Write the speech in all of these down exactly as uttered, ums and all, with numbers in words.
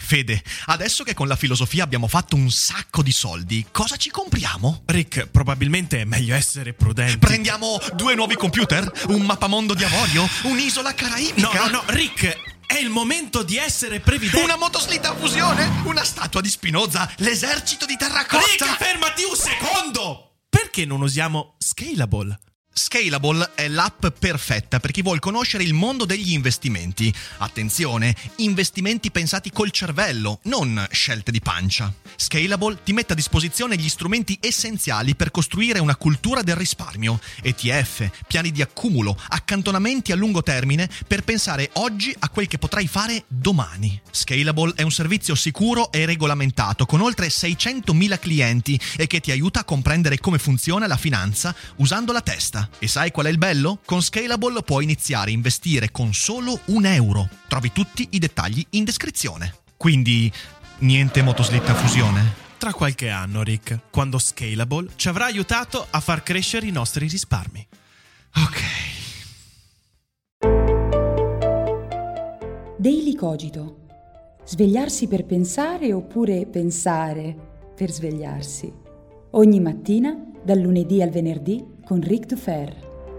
Fede, adesso che con la filosofia abbiamo fatto un sacco di soldi, cosa ci compriamo? Rick, probabilmente è meglio essere prudenti. Prendiamo due nuovi computer? Un mappamondo di avorio? Un'isola caraibica? No, no, no, Rick, è il momento di essere previdenti. Una motoslitta a fusione? Una statua di Spinoza? L'esercito di terracotta? Rick, fermati un secondo! Perché non usiamo Scalable? Scalable è l'app perfetta per chi vuol conoscere il mondo degli investimenti. Attenzione, investimenti pensati col cervello, non scelte di pancia. Scalable ti mette a disposizione gli strumenti essenziali per costruire una cultura del risparmio, E T F, piani di accumulo, accantonamenti a lungo termine per pensare oggi a quel che potrai fare domani. Scalable è un servizio sicuro e regolamentato con oltre seicentomila clienti e che ti aiuta a comprendere come funziona la finanza usando la testa. E sai qual è il bello? Con Scalable puoi iniziare a investire con solo un euro. Trovi tutti i dettagli in descrizione. Quindi, niente motoslitta a fusione? Tra qualche anno, Rick, quando Scalable ci avrà aiutato a far crescere i nostri risparmi. Ok. Daily Cogito. Svegliarsi per pensare oppure pensare per svegliarsi. Ogni mattina, dal lunedì al venerdì, con Rick Dufer.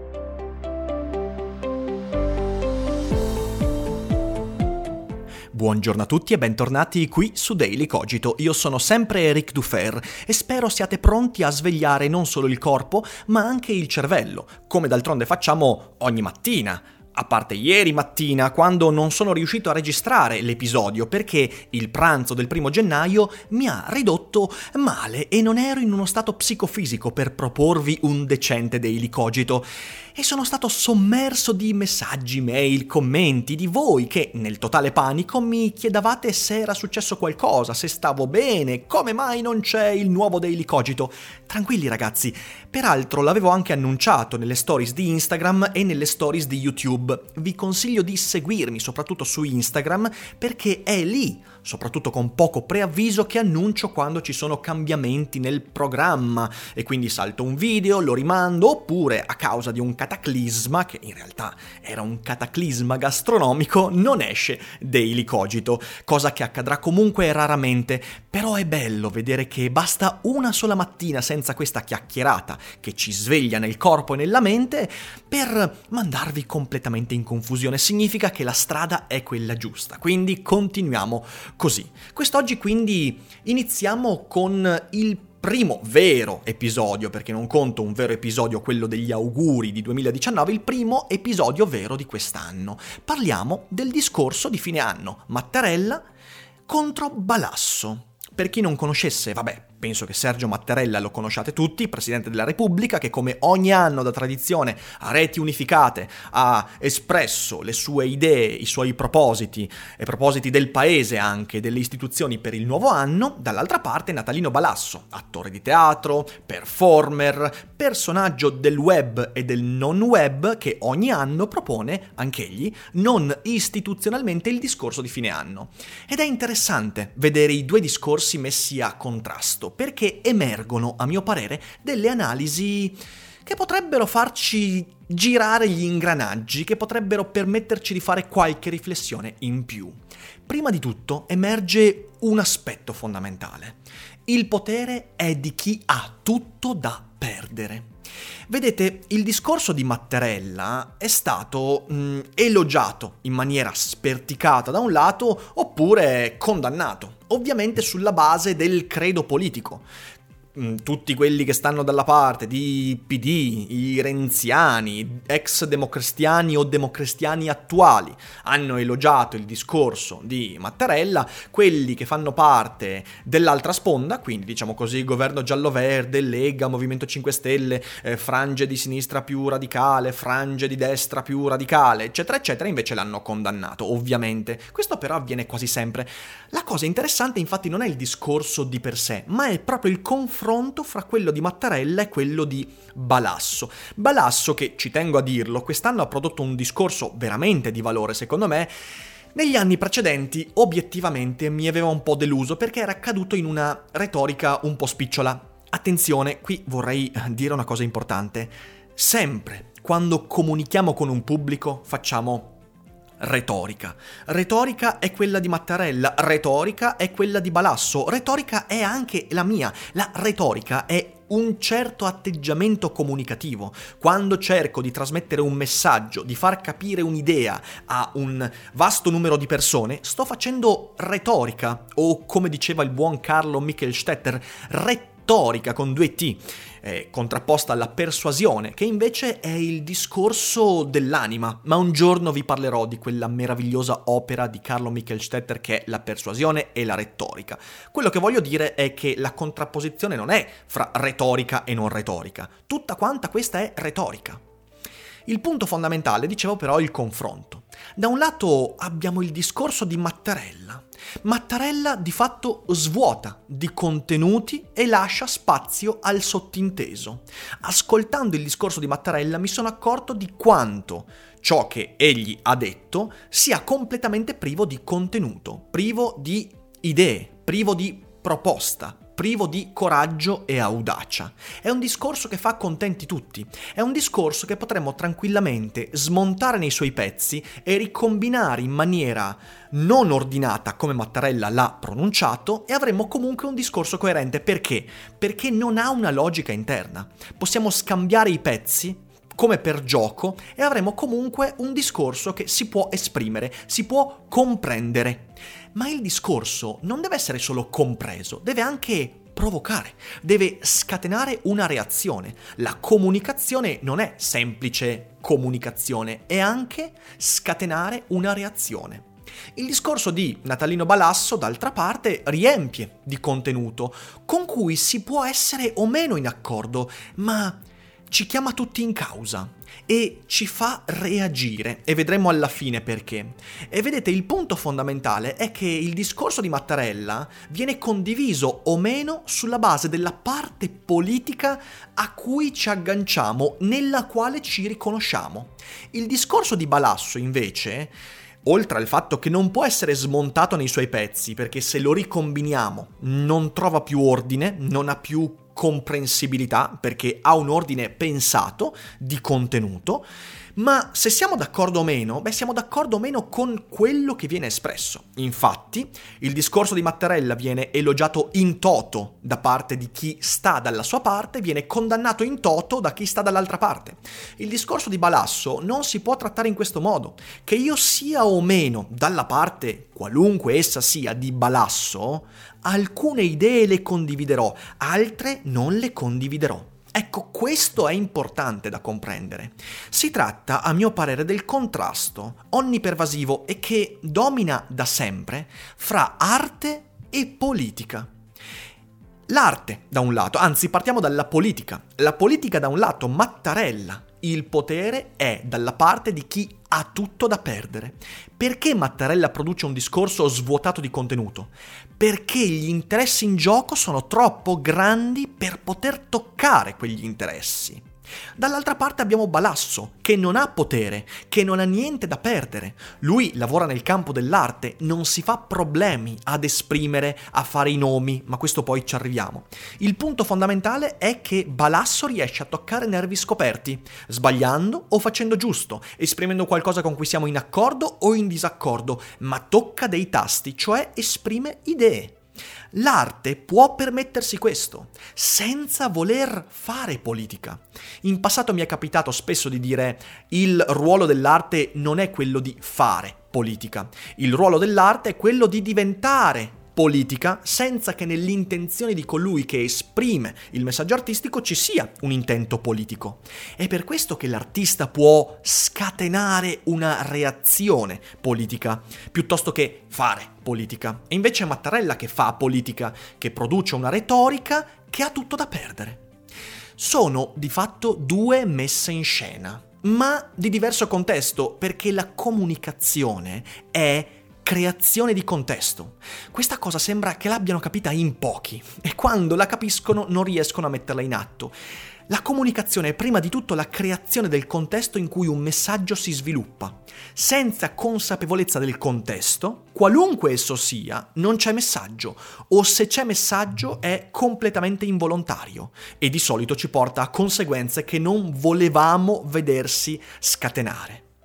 Buongiorno a tutti e bentornati qui su Daily Cogito. Io sono sempre Rick Dufer e spero siate pronti a svegliare non solo il corpo, ma anche il cervello, come d'altronde facciamo ogni mattina. A parte ieri mattina, quando non sono riuscito a registrare l'episodio perché il pranzo del primo gennaio mi ha ridotto male e non ero in uno stato psicofisico per proporvi un decente Daily Cogito. E sono stato sommerso di messaggi, mail, commenti di voi che, nel totale panico, mi chiedevate se era successo qualcosa, se stavo bene, come mai non c'è il nuovo Daily Cogito. Tranquilli ragazzi, peraltro l'avevo anche annunciato nelle stories di Instagram e nelle stories di YouTube. Vi consiglio di seguirmi soprattutto su Instagram perché è lì, soprattutto con poco preavviso, che annuncio quando ci sono cambiamenti nel programma e quindi salto un video, lo rimando, oppure a causa di un cataclisma, che in realtà era un cataclisma gastronomico, non esce Daily Cogito, cosa che accadrà comunque raramente, però è bello vedere che basta una sola mattina senza questa chiacchierata che ci sveglia nel corpo e nella mente per mandarvi completamente in confusione. Significa che la strada è quella giusta, quindi continuiamo così. Quest'oggi quindi iniziamo con il primo vero episodio, perché non conto un vero episodio, quello degli auguri di duemiladiciannove, il primo episodio vero di quest'anno. Parliamo del discorso di fine anno, Mattarella contro Balasso. Per chi non conoscesse, vabbè, penso che Sergio Mattarella lo conosciate tutti, Presidente della Repubblica, che come ogni anno da tradizione a reti unificate ha espresso le sue idee, i suoi propositi e propositi del paese anche, delle istituzioni per il nuovo anno. Dall'altra parte Natalino Balasso, attore di teatro, performer, personaggio del web e del non web, che ogni anno propone, anch'egli, non istituzionalmente il discorso di fine anno. Ed è interessante vedere i due discorsi messi a contrasto, perché emergono, a mio parere, delle analisi che potrebbero farci girare gli ingranaggi, che potrebbero permetterci di fare qualche riflessione in più. Prima di tutto emerge un aspetto fondamentale. Il potere è di chi ha tutto da perdere. Vedete, il discorso di Mattarella è stato mh, elogiato in maniera sperticata da un lato oppure condannato, ovviamente sulla base del credo politico. Tutti quelli che stanno dalla parte di P D, i renziani, ex democristiani o democristiani attuali, hanno elogiato il discorso di Mattarella. Quelli che fanno parte dell'altra sponda, quindi diciamo così governo giallo-verde, Lega, Movimento cinque Stelle, eh, frange di sinistra più radicale, frange di destra più radicale, eccetera eccetera, invece l'hanno condannato, ovviamente. Questo però avviene quasi sempre. La cosa interessante infatti non è il discorso di per sé, ma è proprio il confronto fra quello di Mattarella e quello di Balasso. Balasso, che ci tengo a dirlo, quest'anno ha prodotto un discorso veramente di valore, secondo me. Negli anni precedenti, obiettivamente, mi aveva un po' deluso perché era caduto in una retorica un po' spicciola. Attenzione, qui vorrei dire una cosa importante. Sempre, quando comunichiamo con un pubblico, facciamo retorica. Retorica è quella di Mattarella, retorica è quella di Balasso, retorica è anche la mia. La retorica è un certo atteggiamento comunicativo. Quando cerco di trasmettere un messaggio, di far capire un'idea a un vasto numero di persone, sto facendo retorica, o come diceva il buon Carlo Michelstetter, retorica con due T, eh, contrapposta alla persuasione, che invece è il discorso dell'anima. Ma un giorno vi parlerò di quella meravigliosa opera di Carlo Michelstetter che è La persuasione e la retorica. Quello che voglio dire è che la contrapposizione non è fra retorica e non retorica, tutta quanta questa è retorica. Il punto fondamentale, dicevo però, è il confronto. Da un lato abbiamo il discorso di Mattarella. Mattarella di fatto svuota di contenuti e lascia spazio al sottinteso. Ascoltando il discorso di Mattarella mi sono accorto di quanto ciò che egli ha detto sia completamente privo di contenuto, privo di idee, privo di proposta, privo di coraggio e audacia. È un discorso che fa contenti tutti, è un discorso che potremmo tranquillamente smontare nei suoi pezzi e ricombinare in maniera non ordinata come Mattarella l'ha pronunciato e avremmo comunque un discorso coerente. Perché? Perché non ha una logica interna. Possiamo scambiare i pezzi come per gioco e avremo comunque un discorso che si può esprimere, si può comprendere. Ma il discorso non deve essere solo compreso, deve anche provocare, deve scatenare una reazione. La comunicazione non è semplice comunicazione, è anche scatenare una reazione. Il discorso di Natalino Balasso, d'altra parte, riempie di contenuto, con cui si può essere o meno in accordo, ma ci chiama tutti in causa e ci fa reagire, e vedremo alla fine perché. E vedete, il punto fondamentale è che il discorso di Mattarella viene condiviso o meno sulla base della parte politica a cui ci agganciamo, nella quale ci riconosciamo. Il discorso di Balasso, invece, oltre al fatto che non può essere smontato nei suoi pezzi, perché se lo ricombiniamo non trova più ordine, non ha più comprensibilità, perché ha un ordine pensato di contenuto, ma se siamo d'accordo o meno, beh siamo d'accordo o meno con quello che viene espresso. Infatti, il discorso di Mattarella viene elogiato in toto da parte di chi sta dalla sua parte, viene condannato in toto da chi sta dall'altra parte. Il discorso di Balasso non si può trattare in questo modo. Che io sia o meno dalla parte, qualunque essa sia, di Balasso, alcune idee le condividerò, altre non le condividerò. Ecco, questo è importante da comprendere. Si tratta, a mio parere, del contrasto onnipervasivo e che domina da sempre fra arte e politica. L'arte da un lato, anzi partiamo dalla politica. La politica da un lato, Mattarella. Il potere è dalla parte di chi ha tutto da perdere. Perché Mattarella produce un discorso svuotato di contenuto? Perché gli interessi in gioco sono troppo grandi per poter toccare quegli interessi. Dall'altra parte abbiamo Balasso, che non ha potere, che non ha niente da perdere. Lui lavora nel campo dell'arte, non si fa problemi ad esprimere, a fare i nomi, ma questo poi ci arriviamo. Il punto fondamentale è che Balasso riesce a toccare nervi scoperti, sbagliando o facendo giusto, esprimendo qualcosa con cui siamo in accordo o in disaccordo, ma tocca dei tasti, cioè esprime idee. L'arte può permettersi questo, senza voler fare politica. In passato mi è capitato spesso di dire: il ruolo dell'arte non è quello di fare politica, il ruolo dell'arte è quello di diventare politica senza che nell'intenzione di colui che esprime il messaggio artistico ci sia un intento politico. È per questo che l'artista può scatenare una reazione politica piuttosto che fare politica. E invece è Mattarella che fa politica, che produce una retorica che ha tutto da perdere. Sono di fatto due messe in scena, ma di diverso contesto, perché la comunicazione è creazione di contesto. Questa cosa sembra che l'abbiano capita in pochi e quando la capiscono non riescono a metterla in atto. La comunicazione è prima di tutto la creazione del contesto in cui un messaggio si sviluppa. Senza consapevolezza del contesto, qualunque esso sia, non c'è messaggio, o se c'è messaggio è completamente involontario e di solito ci porta a conseguenze che non volevamo vedersi scatenare.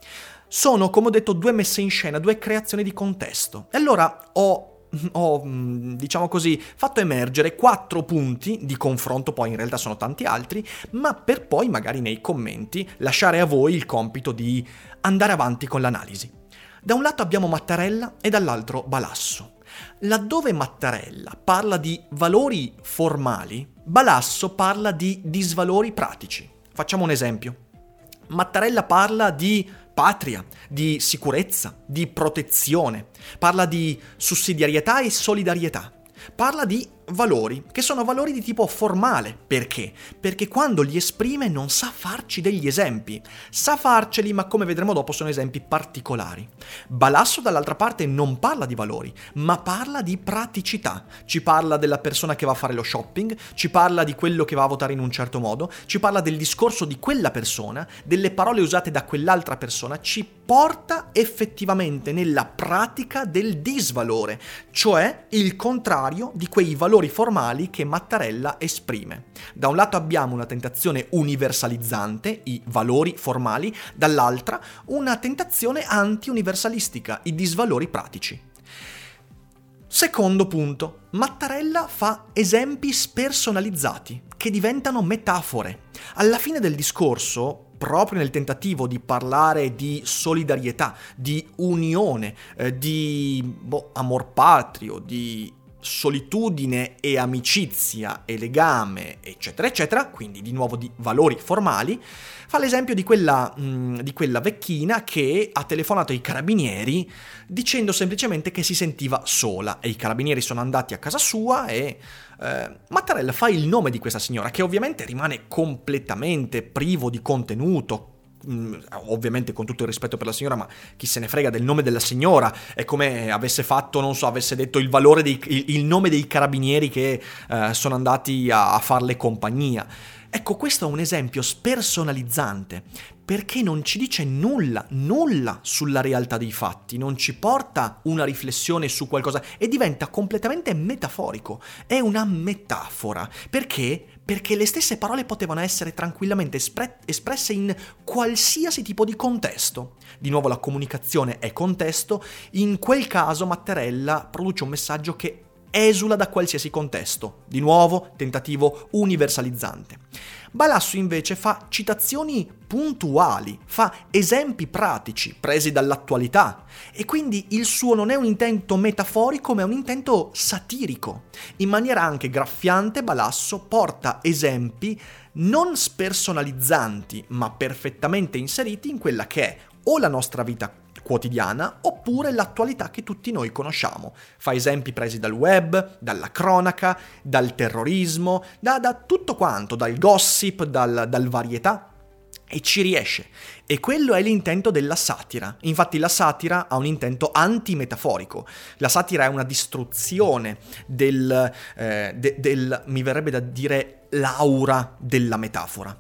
sono, come ho detto, due messe in scena, due creazioni di contesto. E allora ho ho, diciamo così, fatto emergere quattro punti di confronto, poi in realtà sono tanti altri, ma per poi magari nei commenti lasciare a voi il compito di andare avanti con l'analisi. Da un lato abbiamo Mattarella e dall'altro Balasso. Laddove Mattarella parla di valori formali, Balasso parla di disvalori pratici. Facciamo un esempio. Mattarella parla di patria, di sicurezza, di protezione, parla di sussidiarietà e solidarietà, parla di valori, che sono valori di tipo formale. Perché? Perché quando li esprime non sa farci degli esempi. Sa farceli, ma come vedremo dopo sono esempi particolari. Balasso dall'altra parte non parla di valori, ma parla di praticità. Ci parla della persona che va a fare lo shopping, ci parla di quello che va a votare in un certo modo, ci parla del discorso di quella persona, delle parole usate da quell'altra persona, ci porta effettivamente nella pratica del disvalore, cioè il contrario di quei valori formali che Mattarella esprime. Da un lato abbiamo una tentazione universalizzante, i valori formali, dall'altra una tentazione anti-universalistica, i disvalori pratici. Secondo punto, Mattarella fa esempi spersonalizzati che diventano metafore. Alla fine del discorso, proprio nel tentativo di parlare di solidarietà, di unione, eh, di boh, amor patrio, di solitudine e amicizia e legame, eccetera, eccetera, quindi di nuovo di valori formali, fa l'esempio di quella, mh, di quella vecchina che ha telefonato ai carabinieri dicendo semplicemente che si sentiva sola e i carabinieri sono andati a casa sua e eh, Mattarella fa il nome di questa signora, che ovviamente rimane completamente privo di contenuto. Ovviamente con tutto il rispetto per la signora, ma chi se ne frega del nome della signora. È come avesse fatto, non so, avesse detto il valore dei, il, il nome dei carabinieri che eh, sono andati a, a farle compagnia. Ecco, questo è un esempio spersonalizzante, perché non ci dice nulla, nulla sulla realtà dei fatti, non ci porta una riflessione su qualcosa e diventa completamente metaforico. È una metafora. Perché? Perché le stesse parole potevano essere tranquillamente espre- espresse in qualsiasi tipo di contesto. Di nuovo la comunicazione è contesto, in quel caso Mattarella produce un messaggio che esula da qualsiasi contesto. Di nuovo, tentativo universalizzante. Balasso invece fa citazioni puntuali, fa esempi pratici presi dall'attualità e quindi il suo non è un intento metaforico ma è un intento satirico. In maniera anche graffiante Balasso porta esempi non spersonalizzanti ma perfettamente inseriti in quella che è o la nostra vita quotidiana oppure l'attualità che tutti noi conosciamo. Fa esempi presi dal web, dalla cronaca, dal terrorismo, da, da tutto quanto, dal gossip, dal, dal varietà, e ci riesce. E quello è l'intento della satira. Infatti la satira ha un intento antimetaforico. La satira è una distruzione del, eh, de, del, mi verrebbe da dire, l'aura della metafora.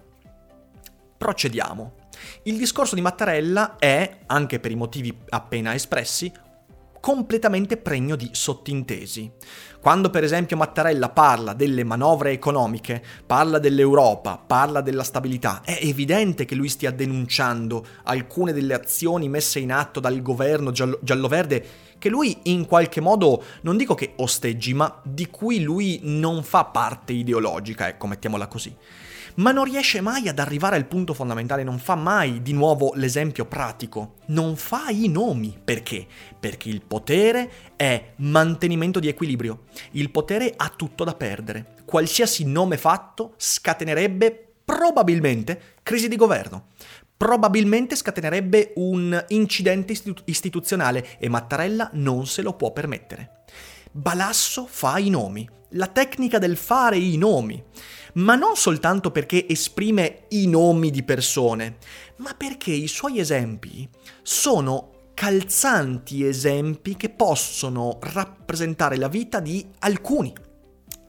Procediamo. Il discorso di Mattarella è, anche per i motivi appena espressi, completamente pregno di sottintesi. Quando per esempio Mattarella parla delle manovre economiche, parla dell'Europa, parla della stabilità, è evidente che lui stia denunciando alcune delle azioni messe in atto dal governo giallo- giallo-verde che lui in qualche modo, non dico che osteggi, ma di cui lui non fa parte ideologica, ecco, mettiamola così. Ma non riesce mai ad arrivare al punto fondamentale, non fa mai di nuovo l'esempio pratico, non fa i nomi. Perché? Perché il potere è mantenimento di equilibrio, il potere ha tutto da perdere, qualsiasi nome fatto scatenerebbe probabilmente crisi di governo, probabilmente scatenerebbe un incidente istitu- istituzionale e Mattarella non se lo può permettere. Balasso fa i nomi, la tecnica del fare i nomi, ma non soltanto perché esprime i nomi di persone, ma perché i suoi esempi sono calzanti esempi che possono rappresentare la vita di alcuni.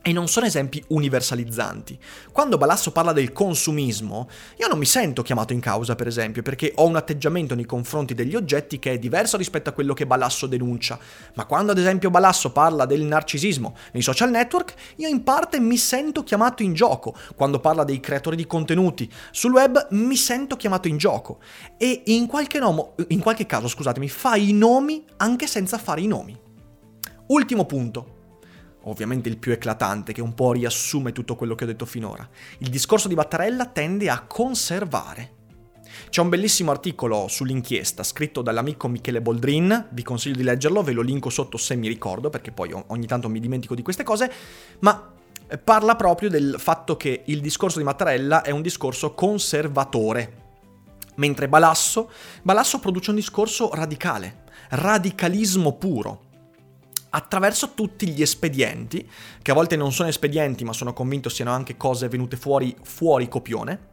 E non sono esempi universalizzanti. Quando Balasso parla del consumismo, io non mi sento chiamato in causa, per esempio, perché ho un atteggiamento nei confronti degli oggetti che è diverso rispetto a quello che Balasso denuncia. Ma quando, ad esempio, Balasso parla del narcisismo nei social network, io in parte mi sento chiamato in gioco. Quando parla dei creatori di contenuti sul web, mi sento chiamato in gioco. E in qualche, nomo, in qualche caso, scusatemi, fa i nomi anche senza fare i nomi. Ultimo punto. Ovviamente il più eclatante, che un po' riassume tutto quello che ho detto finora. Il discorso di Mattarella tende a conservare. C'è un bellissimo articolo sull'inchiesta scritto dall'amico Michele Boldrin, vi consiglio di leggerlo, ve lo linko sotto se mi ricordo, perché poi ogni tanto mi dimentico di queste cose, ma parla proprio del fatto che il discorso di Mattarella è un discorso conservatore, mentre Balasso, Balasso produce un discorso radicale, radicalismo puro, attraverso tutti gli espedienti, che a volte non sono espedienti, ma sono convinto siano anche cose venute fuori fuori copione,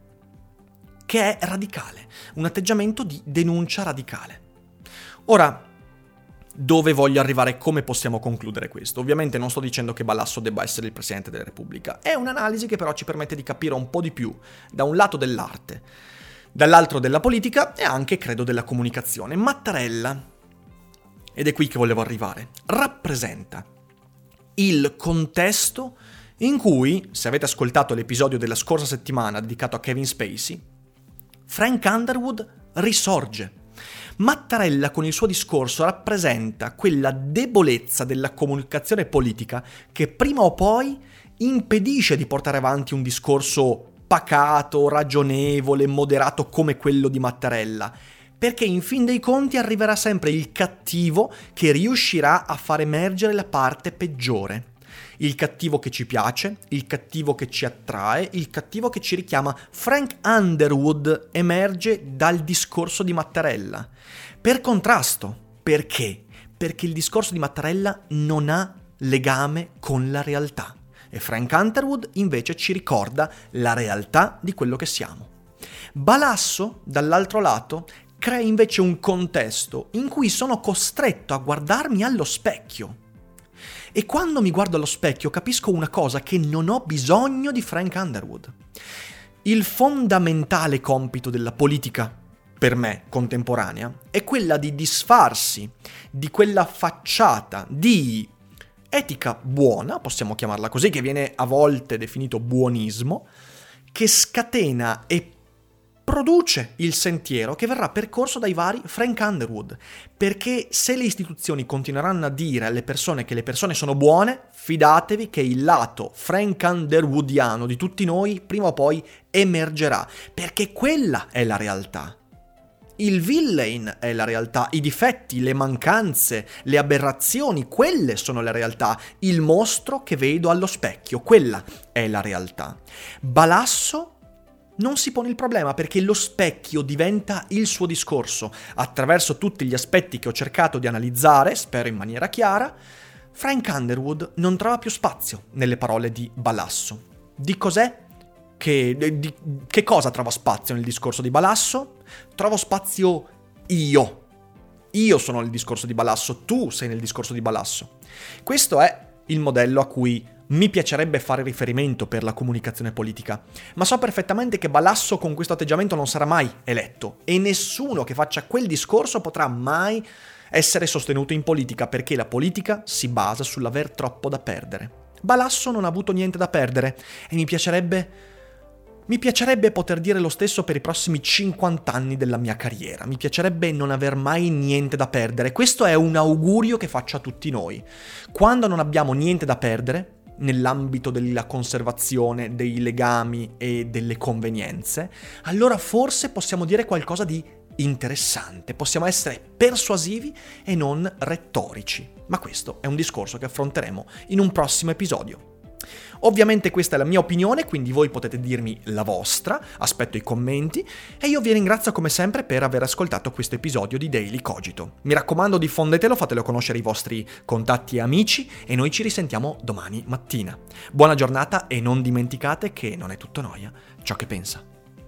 che è radicale, un atteggiamento di denuncia radicale. Ora, dove voglio arrivare e come possiamo concludere questo? Ovviamente non sto dicendo che Balasso debba essere il Presidente della Repubblica, è un'analisi che però ci permette di capire un po' di più, da un lato dell'arte, dall'altro della politica e anche, credo, della comunicazione. Mattarella, ed è qui che volevo arrivare, rappresenta il contesto in cui, se avete ascoltato l'episodio della scorsa settimana dedicato a Kevin Spacey, Frank Underwood risorge. Mattarella con il suo discorso rappresenta quella debolezza della comunicazione politica che prima o poi impedisce di portare avanti un discorso pacato, ragionevole, moderato come quello di Mattarella, perché in fin dei conti arriverà sempre il cattivo che riuscirà a far emergere la parte peggiore. Il cattivo che ci piace, il cattivo che ci attrae, il cattivo che ci richiama. Frank Underwood emerge dal discorso di Mattarella. Per contrasto, perché? Perché il discorso di Mattarella non ha legame con la realtà. E Frank Underwood invece ci ricorda la realtà di quello che siamo. Balasso, dall'altro lato, crea invece un contesto in cui sono costretto a guardarmi allo specchio. E quando mi guardo allo specchio capisco una cosa, che non ho bisogno di Frank Underwood. Il fondamentale compito della politica, per me, contemporanea, è quella di disfarsi di quella facciata di etica buona, possiamo chiamarla così, che viene a volte definito buonismo, che scatena e produce il sentiero che verrà percorso dai vari Frank Underwood, perché se le istituzioni continueranno a dire alle persone che le persone sono buone, fidatevi che il lato Frank Underwoodiano di tutti noi prima o poi emergerà, perché quella è la realtà. Il villain è la realtà, i difetti, le mancanze, le aberrazioni, quelle sono la realtà. Il mostro che vedo allo specchio, quella è la realtà. Balasso non si pone il problema perché lo specchio diventa il suo discorso. Attraverso tutti gli aspetti che ho cercato di analizzare, spero in maniera chiara, Frank Underwood non trova più spazio nelle parole di Balasso. Di cos'è? Che, di, che cosa trova spazio nel discorso di Balasso? Trovo spazio io. Io sono nel discorso di Balasso, tu sei nel discorso di Balasso. Questo è il modello a cui mi piacerebbe fare riferimento per la comunicazione politica, ma so perfettamente che Balasso con questo atteggiamento non sarà mai eletto e nessuno che faccia quel discorso potrà mai essere sostenuto in politica, perché la politica si basa sull'aver troppo da perdere. Balasso non ha avuto niente da perdere e mi piacerebbe mi piacerebbe poter dire lo stesso per i prossimi cinquanta anni della mia carriera. Mi piacerebbe non aver mai niente da perdere. Questo è un augurio che faccio a tutti noi. Quando non abbiamo niente da perdere, nell'ambito della conservazione, dei legami e delle convenienze, allora forse possiamo dire qualcosa di interessante, possiamo essere persuasivi e non retorici. Ma questo è un discorso che affronteremo in un prossimo episodio. Ovviamente questa è la mia opinione, quindi voi potete dirmi la vostra, aspetto i commenti e io vi ringrazio come sempre per aver ascoltato questo episodio di Daily Cogito. Mi raccomando, diffondetelo, fatelo conoscere ai vostri contatti e amici e noi ci risentiamo domani mattina. Buona giornata e non dimenticate che non è tutto noia ciò che pensa.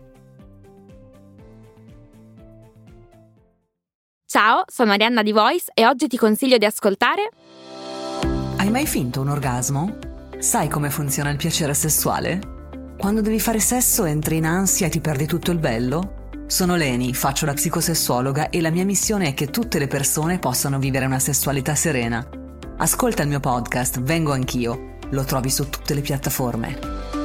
Ciao, sono Arianna di Voice e oggi ti consiglio di ascoltare... Hai mai finto un orgasmo? Sai come funziona il piacere sessuale? Quando devi fare sesso entri in ansia e ti perdi tutto il bello? Sono Leni, faccio la psicosessuologa e la mia missione è che tutte le persone possano vivere una sessualità serena. Ascolta il mio podcast, Vengo Anch'io. Lo trovi su tutte le piattaforme.